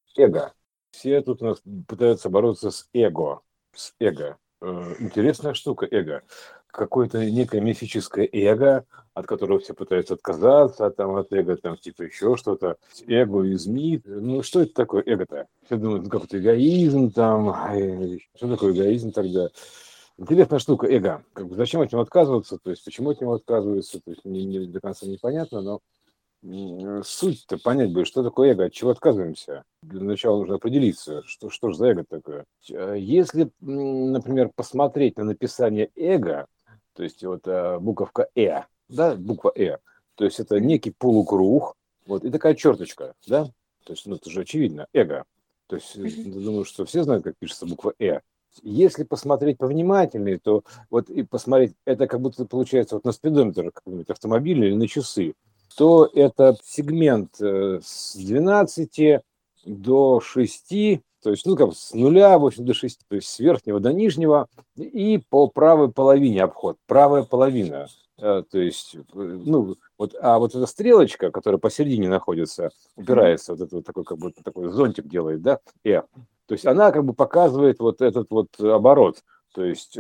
Эго. Все тут у нас пытаются бороться с эго. С эго. Интересная штука эго. Какое-то некое мифическое эго, от которого все пытаются отказаться, там, от эго, там, типа еще что-то. Эго из МИД. Ну, что это такое эго-то? Все думают, ну, какой-то эгоизм там. Что такое эгоизм тогда? Интересная штука эго. Как бы, зачем от него отказываться? То есть, почему от него отказываются? То есть, не до конца непонятно, но суть-то понять бы, что такое эго, от чего отказываемся. Для начала нужно определиться, что же за эго такое. Если, например, посмотреть на написание эго, то есть вот буковка да, буква то есть это Мгм. некий полукруг, вот, и такая черточка, да, то есть, ну, это же очевидно, эго. То есть, Мгм. думаю, что все знают, как пишется буква Если посмотреть повнимательнее, то вот и посмотреть, это как будто получается вот на спидометр какого-нибудь автомобиля или на часы, то это сегмент с 12 до 6, то есть, ну, как с нуля, в общем, до 6, то есть с верхнего до нижнего, и по правой половине обход, правая половина. То есть, ну, вот, а вот эта стрелочка, которая посередине находится, Мгм. упирается, вот это вот такой, как бы, такой зонтик делает, да, то есть она как бы показывает вот этот вот оборот, то есть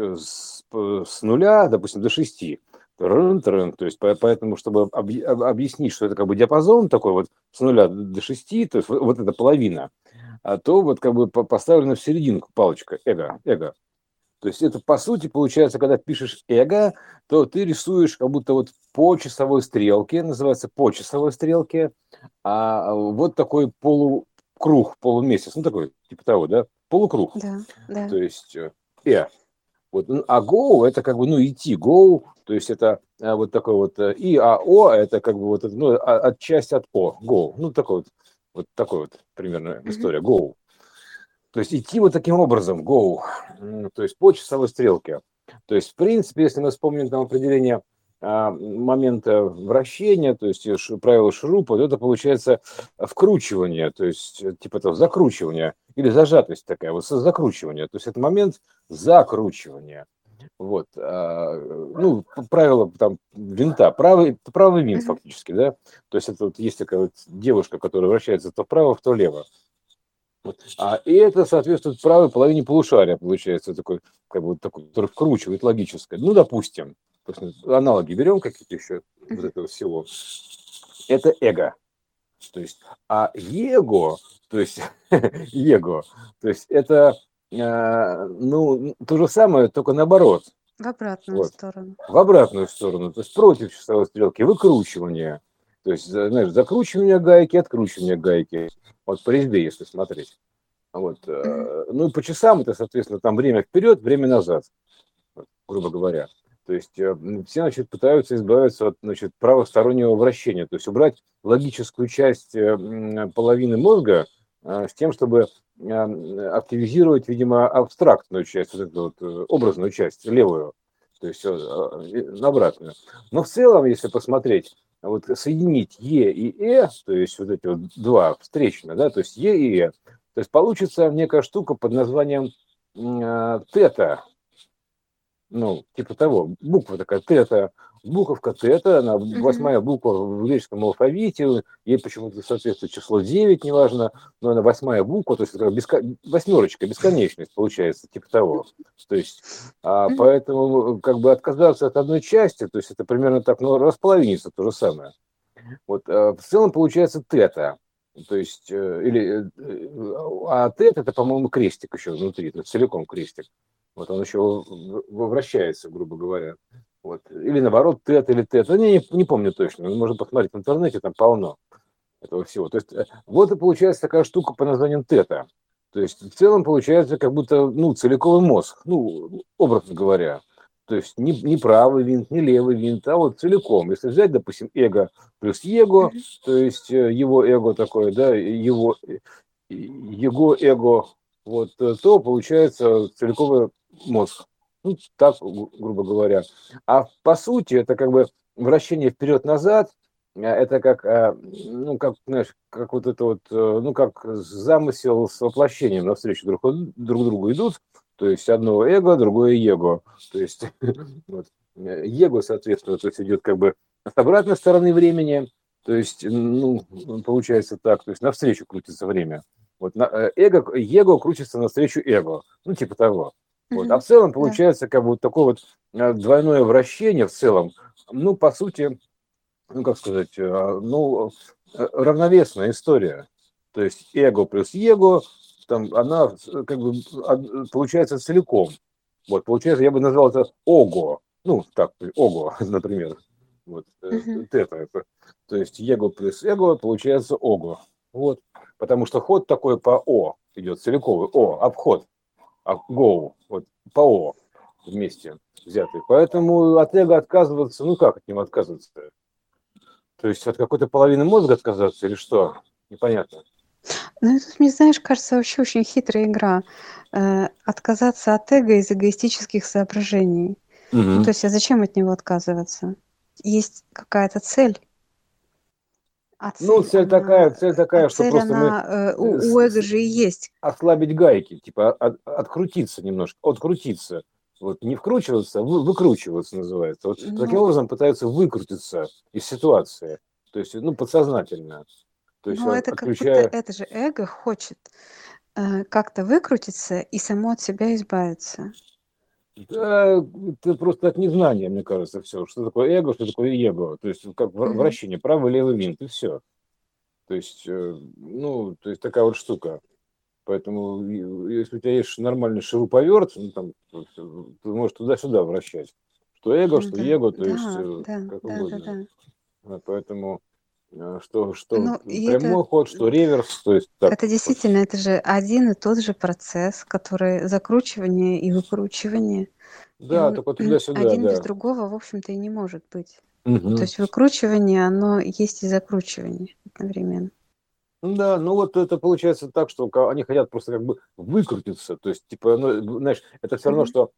с нуля, допустим, до 6. Трын-трын. То есть поэтому, чтобы объяснить, что это как бы диапазон такой вот с нуля до 6, то есть вот эта половина, то вот как бы поставлена в серединку палочка эго. То есть это по сути получается, когда пишешь эго, то ты рисуешь как будто вот по часовой стрелке, называется по часовой стрелке, вот такой полукруг, полумесяц, ну такой, типа того, да, полукруг. Да, да. То есть вот, а go это как бы, ну, идти, go, то есть это вот такой вот, о это как бы вот, ну, от часть от о, go, ну, вот такой вот примерно Мгм. история, go. То есть идти вот таким образом, go, то есть по часовой стрелке. То есть, в принципе, если мы вспомним там определение момента вращения, то есть правило шурупа, то это получается вкручивание, то есть типа того закручивание или зажатость такая, вот закручивание. То есть это момент закручивания. Вот, ну, правило там винта, правый винт Мгм. фактически, да, то есть это вот есть такая вот девушка, которая вращается то вправо, то влево, вот. И это соответствует правой половине полушария, получается, такой, как бы вот такой, который вкручивает логическое. Ну, допустим, аналоги берем какие-то еще вот Мгм. этого всего. Это эго. То есть, его, то есть, его, то есть это, ну, то же самое, только наоборот. В обратную Вот. сторону. В обратную сторону, то есть против часовой стрелки, выкручивание. То есть, знаешь, закручивание гайки, откручивание гайки. Вот по резьбе, если смотреть. Вот. Мгм. Ну и по часам это, соответственно, там время вперед, время назад, вот, грубо говоря. То есть все, значит, пытаются избавиться от, значит, правостороннего вращения, то есть убрать логическую часть половины мозга с тем, чтобы активизировать, видимо, абстрактную часть, вот эту вот образную часть, левую, то есть обратную. Но в целом, если посмотреть, вот соединить Е и то есть вот эти вот два встречно, да, то есть Е и то есть получится некая штука под названием тета, ну, типа того, буква такая тета, буковка тета, она Мгм. 8-я буква в греческом алфавите, ей почему-то соответствует число 9, неважно, но она 8-я буква, то есть это восьмерочка, бесконечность получается, типа того. То есть, Мгм. поэтому как бы отказаться от одной части, то есть это примерно так, ну, располовинится то же самое. Вот, в целом получается тета. То есть, тета это, по-моему, крестик еще внутри, то есть целиком крестик. Вот он еще вращается, грубо говоря. Вот. Или наоборот, тета или тета. Не помню точно. Можно посмотреть в интернете, там полно этого всего. То есть, вот и получается такая штука по названием тета. То есть, в целом получается как будто, ну, целиковый мозг, ну, образно говоря. То есть, не правый винт, не левый винт, а вот целиком. Если взять, допустим, эго плюс его, Мгм. то есть, его эго такое, да, его эго, вот, то получается целиковый мозг. Ну, так, грубо говоря. А по сути, это как бы вращение вперед-назад, это как, ну, как, знаешь, как вот это вот, ну, как замысел с воплощением навстречу друг другу идут, то есть одно эго, другое его. То есть вот, его, соответственно, то есть идет как бы с обратной стороны времени, то есть, ну, получается так, то есть навстречу крутится время. Вот эго крутится навстречу эго, ну типа того. Вот. А в целом Да. получается как бы вот такое вот двойное вращение в целом, ну по сути, ну как сказать, равновесная история. То есть эго плюс эго, там она как бы получается целиком. Вот, получается, я бы назвал это ого. Ну, так, ого, например. Вот, Мгм. это. То есть эго плюс эго получается ого. Вот. Потому что ход такой по о идет целиковый. О, обход. Go. Вот по о вместе взятый. Поэтому от эго отказываться, ну как от него отказываться? То есть от какой-то половины мозга отказаться или что? Непонятно. Ну, это, мне, знаешь, кажется, вообще очень хитрая игра. Отказаться от эго из эгоистических соображений. Ну, то Мгм. есть, а зачем от него отказываться? Есть какая-то цель, а Ну, цель такая, что цель, просто мы у эго же и есть. ослабить гайки, типа открутиться немножко, открутиться. Вот не вкручиваться, а выкручиваться называется. Вот таким Ну, образом пытаются выкрутиться из ситуации. То есть, ну, подсознательно. То есть, ну, это как будто отключая... это же эго хочет как-то выкрутиться и само от себя избавиться. Да, это просто от незнания, мне кажется, все. Что такое эго, что такое эго. То есть, как Мгм. вращение, правый, левый винт, и все. То есть, ну, то есть такая вот штука. Поэтому, если у тебя есть нормальный шуруповерт, ну, там, ты можешь туда-сюда вращать. Что эго, Ну что да, эго, то да, есть да, как да, да, угодно. да. Поэтому что Ну, и прямой ход, что реверс, то есть так. это действительно, это же один и тот же процесс, который закручивание и выкручивание. И Да, он только туда-сюда, один без да. другого, в общем-то, и не может быть. То Мгм. есть выкручивание, оно есть и закручивание одновременно. Да, ну вот это получается так, что они хотят просто как бы выкрутиться, то есть типа, ну, знаешь, это все равно, Мгм. что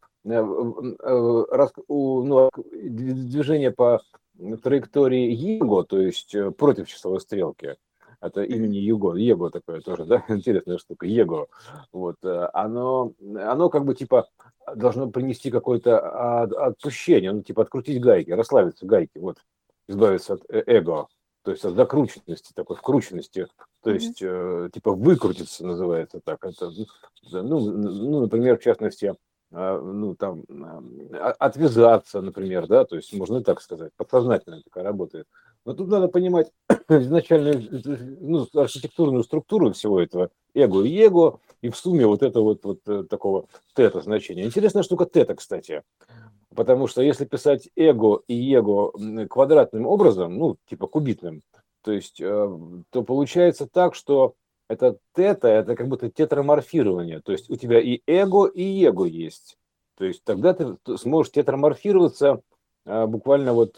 движение по траектории Его, то есть против часовой стрелки, это Мгм. имени Его такое тоже, да, интересная штука, Его, вот, оно как бы типа должно принести какое-то отпущение, ну типа открутить гайки, расслабиться гайки, вот, избавиться от эго, то есть от закрученности, такой вкрученности, то Мгм. есть, типа, выкрутиться называется так. Это, ну, например, в частности, ну, там, отвязаться, например, да, то есть можно и так сказать, подсознательно такая работает. Но тут надо понимать изначальную, ну, архитектурную структуру всего этого эго и эго, и в сумме вот это вот такого тета значения. Интересная штука тета, кстати. Потому что если писать эго и его квадратным образом, ну, типа кубитным, то есть, то получается так, что это тета, это как будто тетраморфирование. То есть у тебя и эго есть. То есть тогда ты сможешь тетраморфироваться буквально вот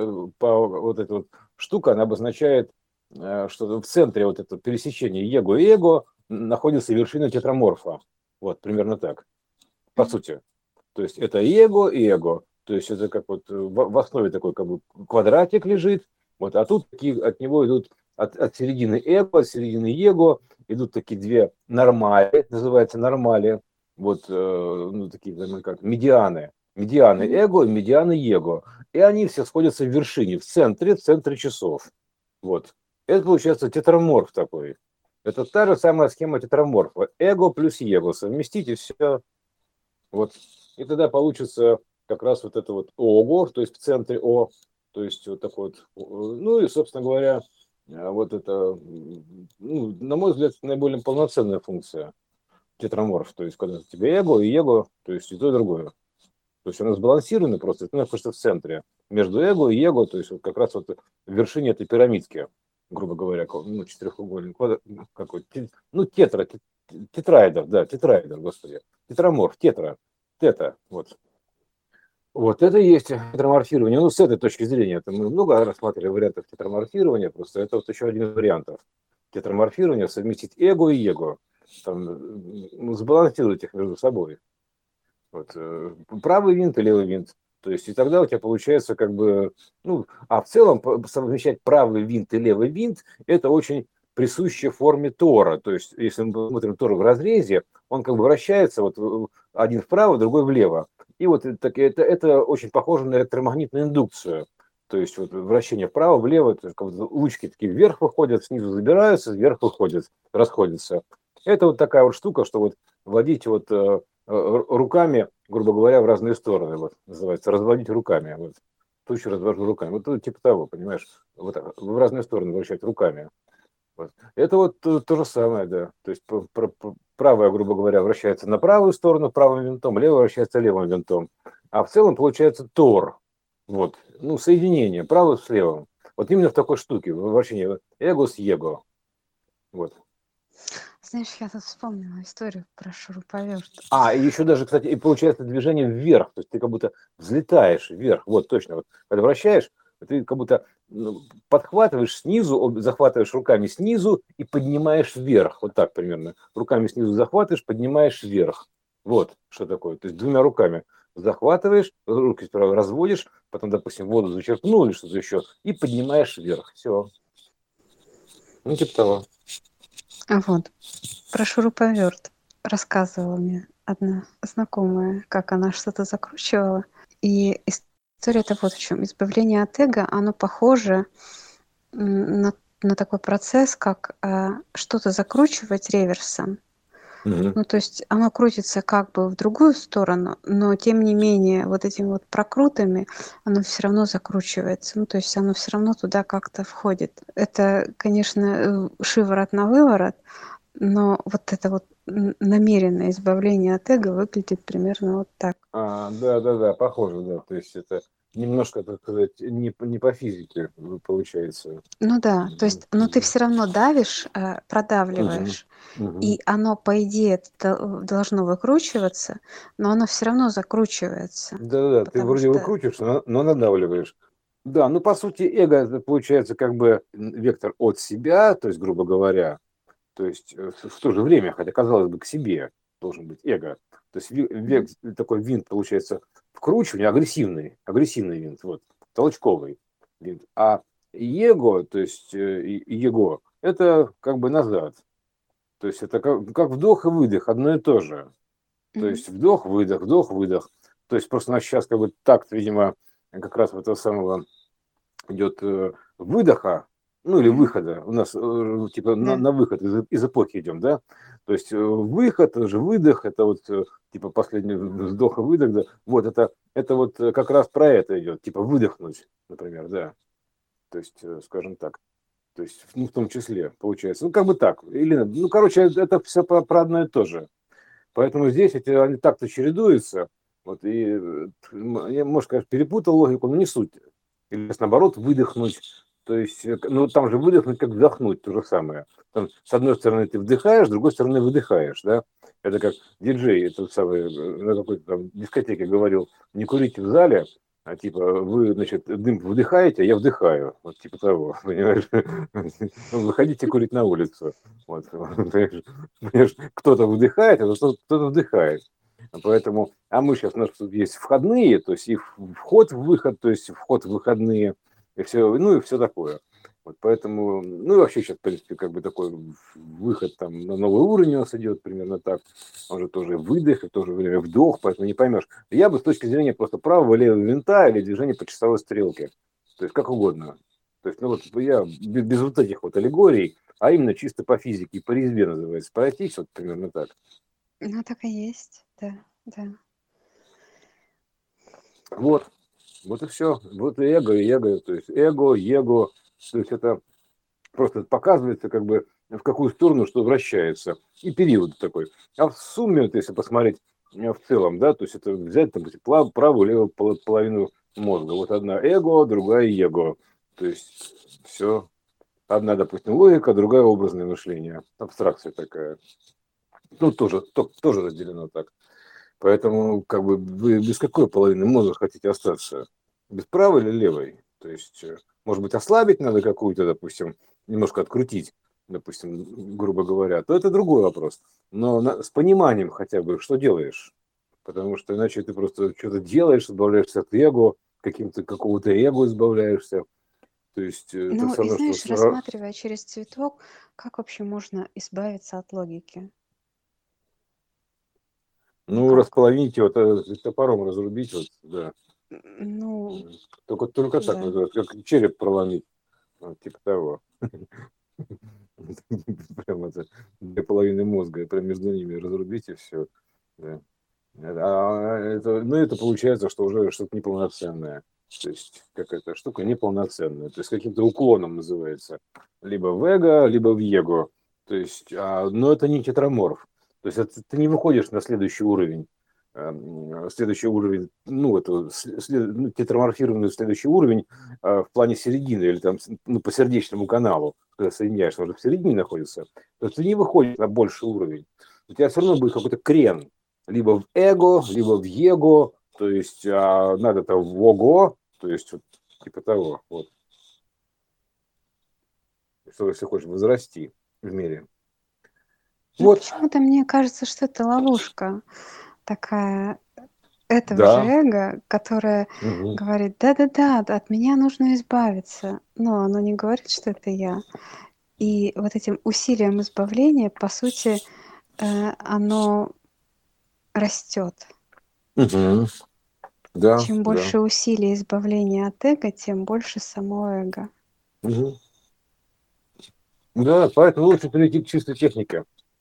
по вот эта вот штука, она обозначает, что в центре вот этого пересечения эго и эго находится вершина тетраморфа. Вот, примерно так, по Мгм. сути. То есть это эго и эго. То есть это как вот в основе такой как бы квадратик лежит. Вот, а тут такие, от него идут от середины эго, от середины эго идут такие две нормали, называется нормали. Вот, ну, такие, наверное, как медианы. Медианы Мгм. эго и медианы эго. И они все сходятся в вершине, в центре часов. Вот. Это получается тетраморф такой. Это та же самая схема тетраморфа. Эго плюс эго. Совместите все. Вот. И тогда получится как раз вот это вот ого, то есть в центре О, то есть вот такой вот. Ну и, собственно говоря, вот это, ну, на мой взгляд, наиболее полноценная функция тетраморф. То есть когда у тебя эго, то есть и то, и другое. То есть она сбалансирована просто, это находится в центре. Между эго и эго, то есть вот как раз вот в вершине этой пирамидки, грубо говоря, ну, четырехугольник, какой, ну, тетраэдр, да, тетраэдр, господи, тетраморф, тета, вот. Вот это и есть тетраморфирование. Ну, с этой точки зрения, это мы много рассматривали вариантов тетраморфирования, просто это вот еще один из вариантов тетраморфирования, совместить эго и эго, там, ну, сбалансировать их между собой. Вот, правый винт и левый винт. То есть и тогда у тебя получается как бы, ну, а в целом совмещать правый винт и левый винт, это очень присуще форме тора. То есть если мы смотрим тор в разрезе, он как бы вращается, вот один вправо, другой влево. И вот это очень похоже на электромагнитную индукцию. То есть вот вращение вправо, влево, то есть как бы лучки такие вверх выходят, снизу забираются, вверх выходят, расходятся. Это вот такая вот штука, что вот водить вот руками, грубо говоря, в разные стороны, вот называется, разводить руками. Вот. Тучу развожу руками. Вот типа того, понимаешь? Вот так, в разные стороны вращать руками. Вот. Это вот то же самое, да. То есть правая, грубо говоря, вращается на правую сторону правым винтом, левая вращается левым винтом. А в целом получается тор. Вот. Ну, соединение правого с левым. Вот именно в такой штуке, в вращении эго с его. Вот. Знаешь, я тут вспомнила историю про шуруповерт. И еще даже, кстати, и получается движение вверх. То есть ты как будто взлетаешь вверх. Вот точно. Вот, когда вращаешь, ты как будто подхватываешь снизу, захватываешь руками снизу и поднимаешь вверх. Вот так примерно. Руками снизу захватываешь, поднимаешь вверх. Вот что такое. То есть двумя руками захватываешь, руки справа разводишь, потом, допустим, воду зачерпнул или что-то еще, и поднимаешь вверх. Все. Ну, типа того. Вот. Про шуруповерт рассказывала мне одна знакомая, как она что-то закручивала. И история-то вот в чем. Избавление от эго, оно похоже на такой процесс, как что-то закручивать реверсом. Угу. Ну, то есть оно крутится как бы в другую сторону, но тем не менее вот этими вот прокрутами оно все равно закручивается. Ну, то есть оно все равно туда как-то входит. Это, конечно, шиворот на выворот, но вот это вот намеренное избавление от эго выглядит примерно вот так. Да, похоже, да. То есть это немножко, так сказать, не по физике получается. Ну да, то есть, но ты Мгм. все равно давишь, Мгм. продавливаешь, Мгм. и оно, по идее, должно выкручиваться, но оно все равно закручивается, Да, ты потому вроде что выкручиваешь, но надавливаешь. Да, ну по сути эго это получается как бы вектор от себя, то есть, грубо говоря, то есть в то же время, хотя казалось бы к себе должен быть эго. То есть Мгм. такой винт получается вкручивание, агрессивный винт, вот, толчковый винт. А его, то есть его, это как бы назад. То есть это как вдох и выдох, одно и то же. То Мгм. есть вдох, выдох. То есть просто у нас сейчас как бы такт, видимо, как раз вот этого самого идет выдоха, ну или Мгм. выхода. У нас типа Да. на выход из эпохи идем, да? То есть выход, это же выдох, это вот типа последний вдох и выдох, да? Вот это вот как раз про это идет, типа выдохнуть, например, да. То есть, скажем так. То есть, ну, в том числе, получается. Ну, как бы так. Или, ну, короче, это все про одно и то же. Поэтому здесь они так-то чередуются. Вот, и я, может, конечно, перепутал логику, но не суть. Или наоборот, выдохнуть. То есть, ну, там же выдохнуть, как вдохнуть, то же самое. Там, с одной стороны ты вдыхаешь, с другой стороны выдыхаешь, да. Это как диджей, этот самый, на какой-то там дискотеке говорил, не курите в зале, а типа вы, значит, дым вдыхаете, а я вдыхаю. Вот типа того, понимаешь? Ну, выходите курить на улицу. Вот, понимаешь, кто-то выдыхает, а кто-то вдыхает. Поэтому, а мы сейчас, у нас тут есть входные, то есть и вход, выход, то есть вход, выходные, и все, ну и все такое. Вот поэтому, ну и вообще сейчас, в принципе, как бы такой выход там на новый уровень у нас идет примерно так. Он же тоже выдох, и тоже время вдох, поэтому не поймешь. Я бы с точки зрения просто правого или левого винта или движения по часовой стрелке. То есть как угодно. То есть, ну вот я без вот этих вот аллегорий, а именно чисто по физике, по резьбе называется, пройтись, вот примерно так. Ну, так и есть, да, да. Вот, вот и все. Вот и эго, то есть эго, его, то есть это просто показывается как бы в какую сторону что вращается. И период такой. А в сумме, вот если посмотреть в целом, да, то есть это взять, допустим, правую, левую половину мозга. Вот одна эго, другая его. То есть все. Одна, допустим, логика, другая образное мышление. Абстракция такая. Ну, тоже разделено так. Поэтому, как бы, вы без какой половины мозга хотите остаться? Без правой или левой? То есть, может быть, ослабить надо какую-то, допустим, немножко открутить, допустим, грубо говоря, то это другой вопрос. Но с пониманием хотя бы, что делаешь. Потому что иначе ты просто что-то делаешь, избавляешься от эго, какого-то эго избавляешься. То есть, это Ну, все и равно, что знаешь, рассматривая через цветок, как вообще можно избавиться от логики? ну, Никак. располовините, вот топором разрубить, вот, да. Ну, Только так да. называется, как череп проломить, вот, типа того. Прям это 2 половины мозга, и прям между ними разрубить и все. Да. Ну, это получается, что уже что-то неполноценное. То есть какая-то штука неполноценная. То есть каким-то уклоном называется. Либо в эго, либо в его. То есть, но это не тетраморф. То есть ты не выходишь на следующий уровень. Следующий уровень, ну, это тетраморфированный следующий уровень в плане середины или там ну, по сердечному каналу, когда соединяешь, он же в середине находится, то есть ты не выходишь на больший уровень. У тебя все равно будет какой-то крен либо в эго, либо в его, то есть надо-то в ого, то есть вот, типа того, вот, что если хочешь возрасти в мире. Но Вот, почему-то мне кажется, что это ловушка такая этого же да. эго, которое Мгм. говорит: "Да-да-да, от меня нужно избавиться". Но оно не говорит, что это я. И вот этим усилием избавления, по сути, оно растет. Мгм. Да, Чем да. больше усилий избавления от эго, тем больше само эго. Мгм. Да, поэтому лучше перейти к чистой технике,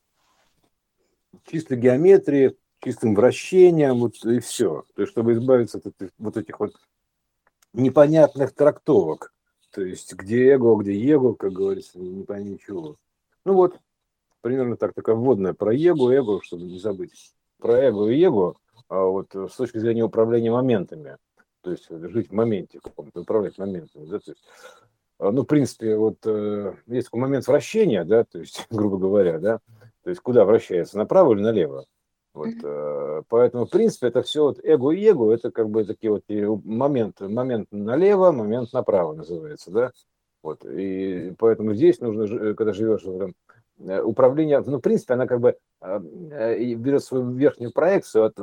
чистой геометрии, чистым вращением, вот и все. То есть, чтобы избавиться от вот этих вот непонятных трактовок. То есть, где эго, где его, как говорится, не пойми чего. Ну вот, примерно так, такая вводная про эго, чтобы не забыть. Про эго и его, вот с точки зрения управления моментами. То есть жить в моменте каком-то, управлять моментами. Да, то есть, ну, в принципе, вот есть такой момент вращения, да, то есть, грубо говоря, да, то есть куда вращается, направо или налево. Вот, Мгм. поэтому, в принципе, это все вот эго и его, это как бы такие вот и момент налево, момент направо называется, да. Вот, и поэтому здесь нужно, когда живешь в этом управление, ну, в принципе, она как бы берет свою верхнюю проекцию от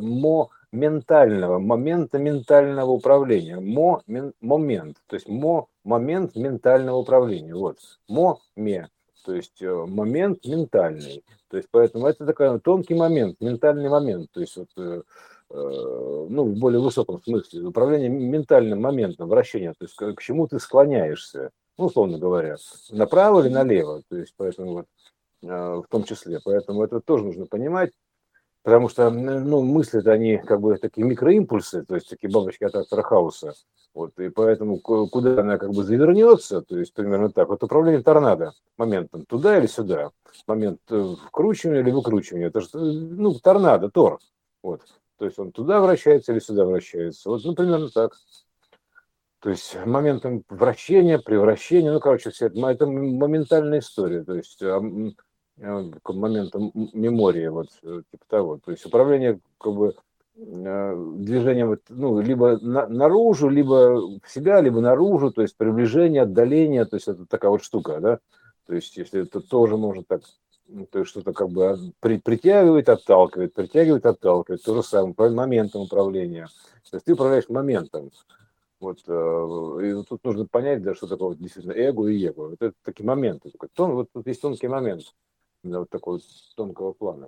момента ментального управления. Момент, то есть момент ментального управления. Вот, ме, то есть момент ментальный. То есть поэтому это такой тонкий момент, ментальный момент. То есть вот, ну, в более высоком смысле, управление ментальным моментом вращения, то есть к чему ты склоняешься, ну, условно говоря, направо или Мгм. налево, то есть поэтому вот в том числе. Поэтому это тоже нужно понимать, потому что ну, мысли-то они как бы такие микроимпульсы, то есть такие бабочки от трактора Хауса. Вот, и поэтому куда она как бы завернется, то есть примерно так. Вот управление торнадо моментом туда или сюда, момент вкручивания или выкручивания. Это же, ну, торнадо, тор. Вот. То есть он туда вращается или сюда вращается. Вот, ну, примерно так. То есть моментом вращения, превращения, ну, короче, все это моментальная история, то есть моментом мемории, вот, типа того. То есть управление как бы движением, ну, либо наружу, либо в себя, либо наружу, то есть приближение, отдаление, то есть это такая вот штука, да. То есть если это тоже может так, то есть что-то как бы притягивает, отталкивает, то же самое, моментом управления. То есть ты управляешь моментом. Вот, и вот тут нужно понять, да, что такое вот действительно эго и его. Вот это такие моменты. Вот тут есть тонкий момент, да, вот такой вот тонкого плана.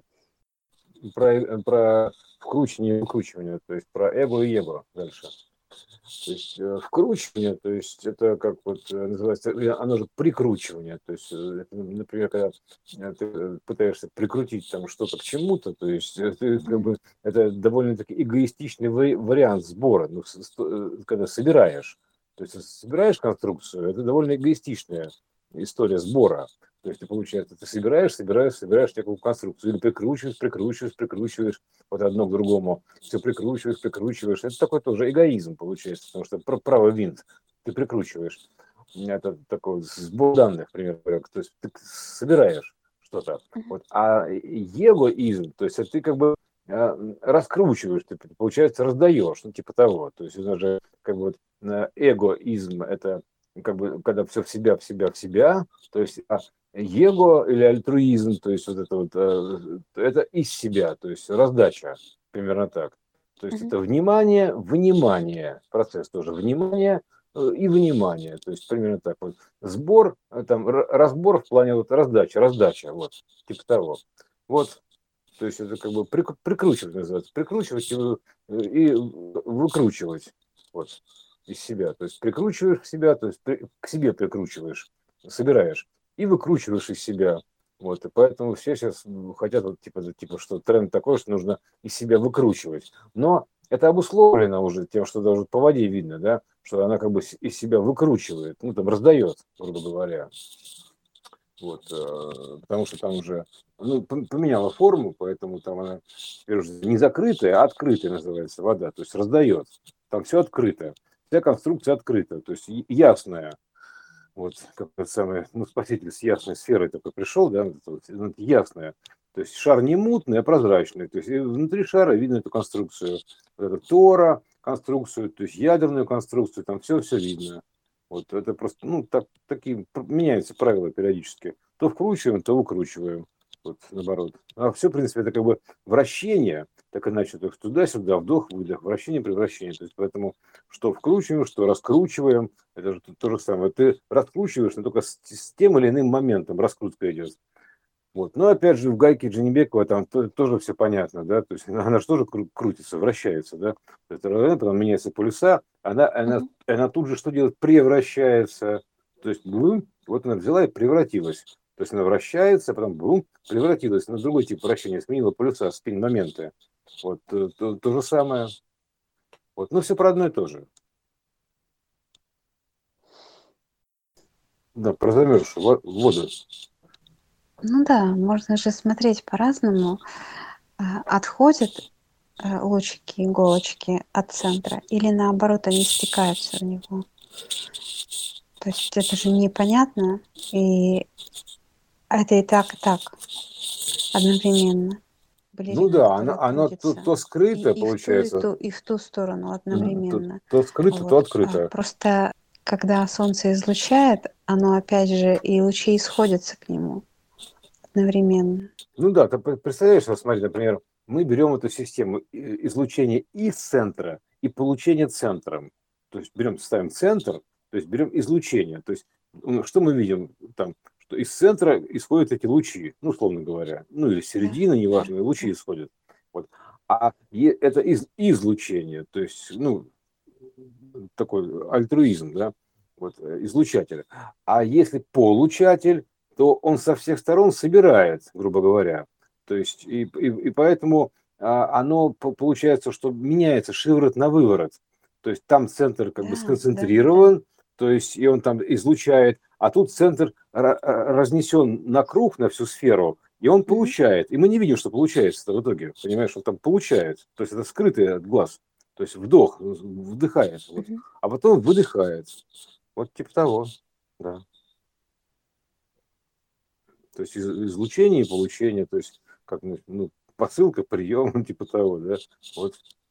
Про вкручивание и выкручивание, то есть про эго и его дальше. То есть вкручивание, то есть это как вот называется, оно же прикручивание. То есть, это, например, когда ты пытаешься прикрутить там что-то к чему-то, то есть ты, как Мгм. бы, это довольно-таки эгоистичный вариант сбора, ну, когда собираешь. То есть собираешь конструкцию, это довольно эгоистичная история сбора. То есть ты, получается, ты собираешь такую конструкцию, или прикручиваешь вот одно к другому, все прикручиваешь. Это такой тоже эгоизм получается, потому что правый винт ты прикручиваешь. Это такой сбор данных, например, то есть ты собираешь что-то. Мгм. Вот. А егоизм, то есть ты как бы раскручиваешь, ты, получается, раздаешь, ну, типа того. То есть это же как бы вот, эгоизм, это как бы когда все в себя, в себя, в себя, то есть его или альтруизм, то есть вот это вот, это из себя, то есть раздача, примерно так. То есть Мгм. это внимание, процесс тоже внимание и внимание, то есть примерно так вот. Сбор, там, разбор в плане вот раздача, вот, типа того. Вот, то есть это как бы прикручивать называется, прикручивать и выкручивать, вот, из себя. То есть прикручиваешь к себя, то есть к себе прикручиваешь, собираешь. и выкручиваешь из себя. Вот, и поэтому все сейчас хотят, вот, типа, что тренд такой, что нужно из себя выкручивать. Но это обусловлено уже тем, что даже по воде видно, да, что она как бы из себя выкручивает, ну, там, раздает, грубо говоря. Вот, потому что там уже ну, поменяла форму, поэтому там она теперь уже не закрытая, а открытая называется вода, то есть раздает. Там все открыто, вся конструкция открыта, то есть ясная. Вот как это самое, ну, спаситель с ясной сферой такой пришел, да, ясная. То есть шар не мутный, а прозрачный. То есть внутри шара видно эту конструкцию. Вот это тора, конструкцию, то есть ядерную конструкцию, там все видно. Вот это просто, ну, такие меняются правила периодически. То вкручиваем, то выкручиваем. Вот наоборот. А все, в принципе, это как бы вращение, так иначе, то есть туда-сюда, вдох, выдох, вращение, превращение. То есть поэтому что вкручиваем, что раскручиваем, это же то же самое. Ты раскручиваешь, но только с тем или иным моментом раскрутка идет. Вот. Но опять же в гайке Джанибекова там тоже все понятно, да, то есть она же тоже крутится, вращается, да, потом меняются полюса, Мгм. она тут же что делает? Превращается, то есть бум, вот она взяла и превратилась, то есть она вращается, потом бум, превратилась на другой тип вращения, сменила полюса, спин моменты, вот то же самое, вот, ну все про одно и то же. Да, про замерзшую воду. Ну да, можно же смотреть по-разному. Отходят лучики, иголочки от центра, или наоборот они стекаются в него. То есть это же непонятно, и это и так одновременно. Ну Балерина, да, которая оно крутится то скрыто, и в ту, получается, и в ту сторону то, одновременно. то скрыто, то Вот. открыто. Просто когда солнце излучает, оно опять же и лучи исходятся к нему одновременно. Ну да, ты представляешь, вот смотри, например, мы берем эту систему излучения из центра и получения центром. То есть берем, ставим центр, то есть берем излучение. То есть что мы видим там, что из центра исходят эти лучи, ну, условно говоря, ну или Да, середина, да, неважно, лучи да. исходят. Вот. А это излучение, то есть, ну, такой альтруизм, да, вот, излучателя. А если получатель, то он со всех сторон собирает, грубо говоря. То есть, и поэтому оно получается, что меняется шиворот на выворот. То есть там центр как бы Да, да, да. сконцентрирован, то есть и он там излучает, а тут центр разнесен на круг, на всю сферу, и он Мгм. получает. И мы не видим, что получается в итоге. Понимаешь, он там получает. То есть это скрытый от глаз. То есть вдох, вдыхает, вот, Мгм. а потом выдыхает. Вот типа того, да. То есть излучение и получение, то есть как ну, посылка, прием, типа того, да. Вот.